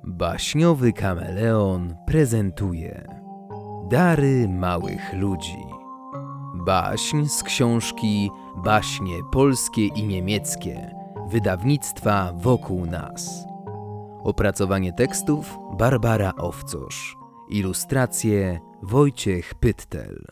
Baśniowy kameleon prezentuje Dary małych ludzi. Baśń z książki Baśnie polskie i niemieckie wydawnictwa Wokół Nas. Opracowanie tekstów Barbara Owcosz. Ilustracje Wojciech Pyttel.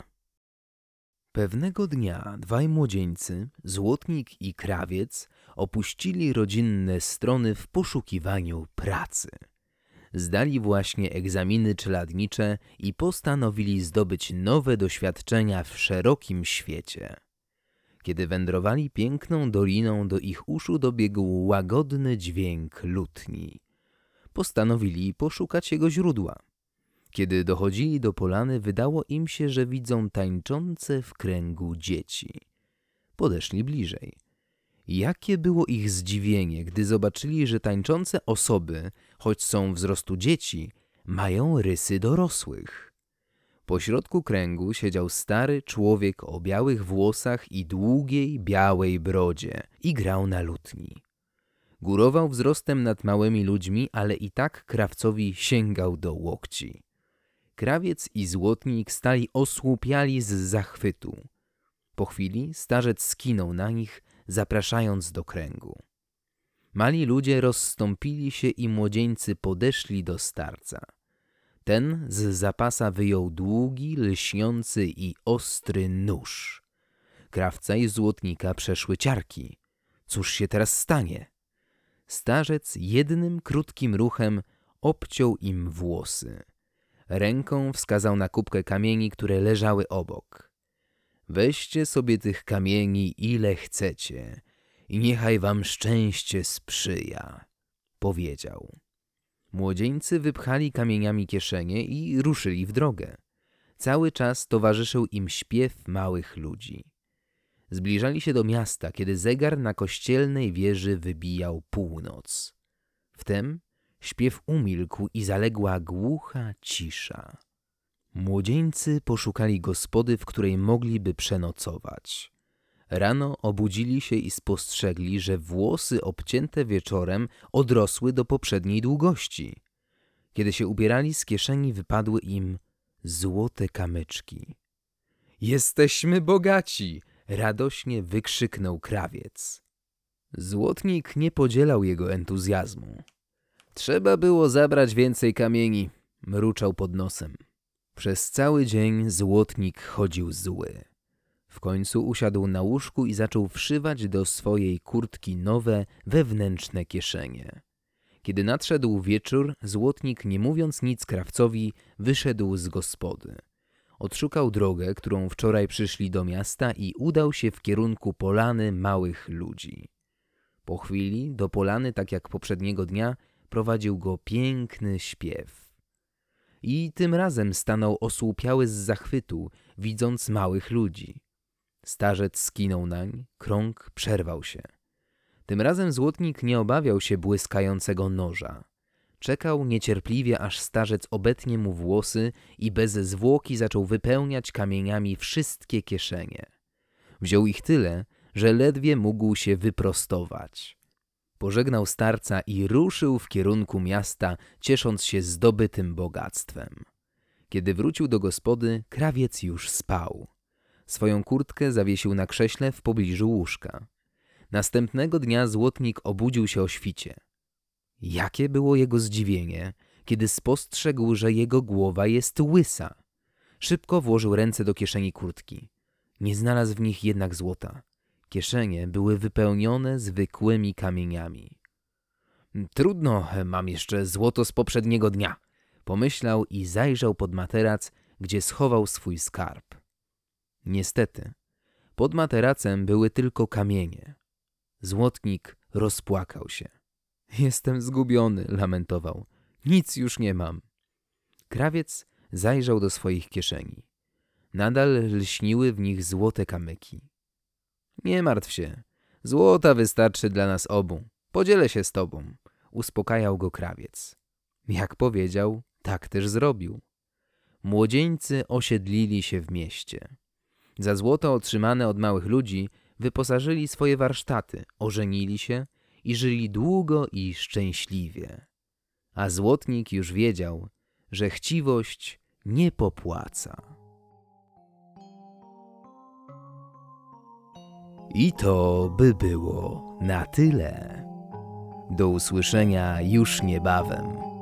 Pewnego dnia dwaj młodzieńcy, Złotnik i Krawiec, opuścili rodzinne strony w poszukiwaniu pracy. Zdali właśnie egzaminy czeladnicze i postanowili zdobyć nowe doświadczenia w szerokim świecie. Kiedy wędrowali piękną doliną, do ich uszu dobiegł łagodny dźwięk lutni. Postanowili poszukać jego źródła. Kiedy dochodzili do polany, wydało im się, że widzą tańczące w kręgu dzieci. Podeszli bliżej. Jakie było ich zdziwienie, gdy zobaczyli, że tańczące osoby, choć są wzrostu dzieci, mają rysy dorosłych. Pośrodku kręgu siedział stary człowiek o białych włosach i długiej, białej brodzie i grał na lutni. Górował wzrostem nad małymi ludźmi, ale i tak krawcowi sięgał do łokci. Krawiec i Złotnik stali osłupiali z zachwytu. Po chwili starzec skinął na nich, zapraszając do kręgu. Mali ludzie rozstąpili się i młodzieńcy podeszli do starca. Ten z zapasa wyjął długi, lśniący i ostry nóż. Krawca i Złotnika przeszły ciarki. Cóż się teraz stanie? Starzec jednym krótkim ruchem obciął im włosy. Ręką wskazał na kubkę kamieni, które leżały obok. Weźcie sobie tych kamieni ile chcecie i niechaj wam szczęście sprzyja, powiedział. Młodzieńcy wypchali kamieniami kieszenie i ruszyli w drogę. Cały czas towarzyszył im śpiew małych ludzi. Zbliżali się do miasta, kiedy zegar na kościelnej wieży wybijał północ. Wtem śpiew umilkł i zaległa głucha cisza. Młodzieńcy poszukali gospody, w której mogliby przenocować. Rano obudzili się i spostrzegli, że włosy obcięte wieczorem odrosły do poprzedniej długości. Kiedy się ubierali, z kieszeni wypadły im złote kamyczki. Jesteśmy bogaci! Radośnie wykrzyknął Krawiec. Złotnik nie podzielał jego entuzjazmu. Trzeba było zabrać więcej kamieni, mruczał pod nosem. Przez cały dzień Złotnik chodził zły. W końcu usiadł na łóżku i zaczął wszywać do swojej kurtki nowe, wewnętrzne kieszenie. Kiedy nadszedł wieczór, Złotnik, nie mówiąc nic krawcowi, wyszedł z gospody. Odszukał drogę, którą wczoraj przyszli do miasta i udał się w kierunku polany małych ludzi. Po chwili do polany, tak jak poprzedniego dnia, prowadził go piękny śpiew. I tym razem stanął osłupiały z zachwytu, widząc małych ludzi. Starzec skinął nań, krąg przerwał się. Tym razem Złotnik nie obawiał się błyskającego noża. Czekał niecierpliwie, aż starzec obetnie mu włosy i bez zwłoki zaczął wypełniać kamieniami wszystkie kieszenie. Wziął ich tyle, że ledwie mógł się wyprostować. Pożegnał starca i ruszył w kierunku miasta, ciesząc się zdobytym bogactwem. Kiedy wrócił do gospody, Krawiec już spał. Swoją kurtkę zawiesił na krześle w pobliżu łóżka. Następnego dnia Złotnik obudził się o świcie. Jakie było jego zdziwienie, kiedy spostrzegł, że jego głowa jest łysa. Szybko włożył ręce do kieszeni kurtki. Nie znalazł w nich jednak złota. Kieszenie były wypełnione zwykłymi kamieniami. Trudno, mam jeszcze złoto z poprzedniego dnia, pomyślał i zajrzał pod materac, gdzie schował swój skarb. Niestety, pod materacem były tylko kamienie. Złotnik rozpłakał się. Jestem zgubiony, lamentował. Nic już nie mam. Krawiec zajrzał do swoich kieszeni. Nadal lśniły w nich złote kamyki. Nie martw się. Złota wystarczy dla nas obu. Podzielę się z tobą. Uspokajał go Krawiec. Jak powiedział, tak też zrobił. Młodzieńcy osiedlili się w mieście. Za złoto otrzymane od małych ludzi wyposażyli swoje warsztaty, ożenili się i żyli długo i szczęśliwie. a złotnik już wiedział, że chciwość nie popłaca. I to by było na tyle. Do usłyszenia już niebawem.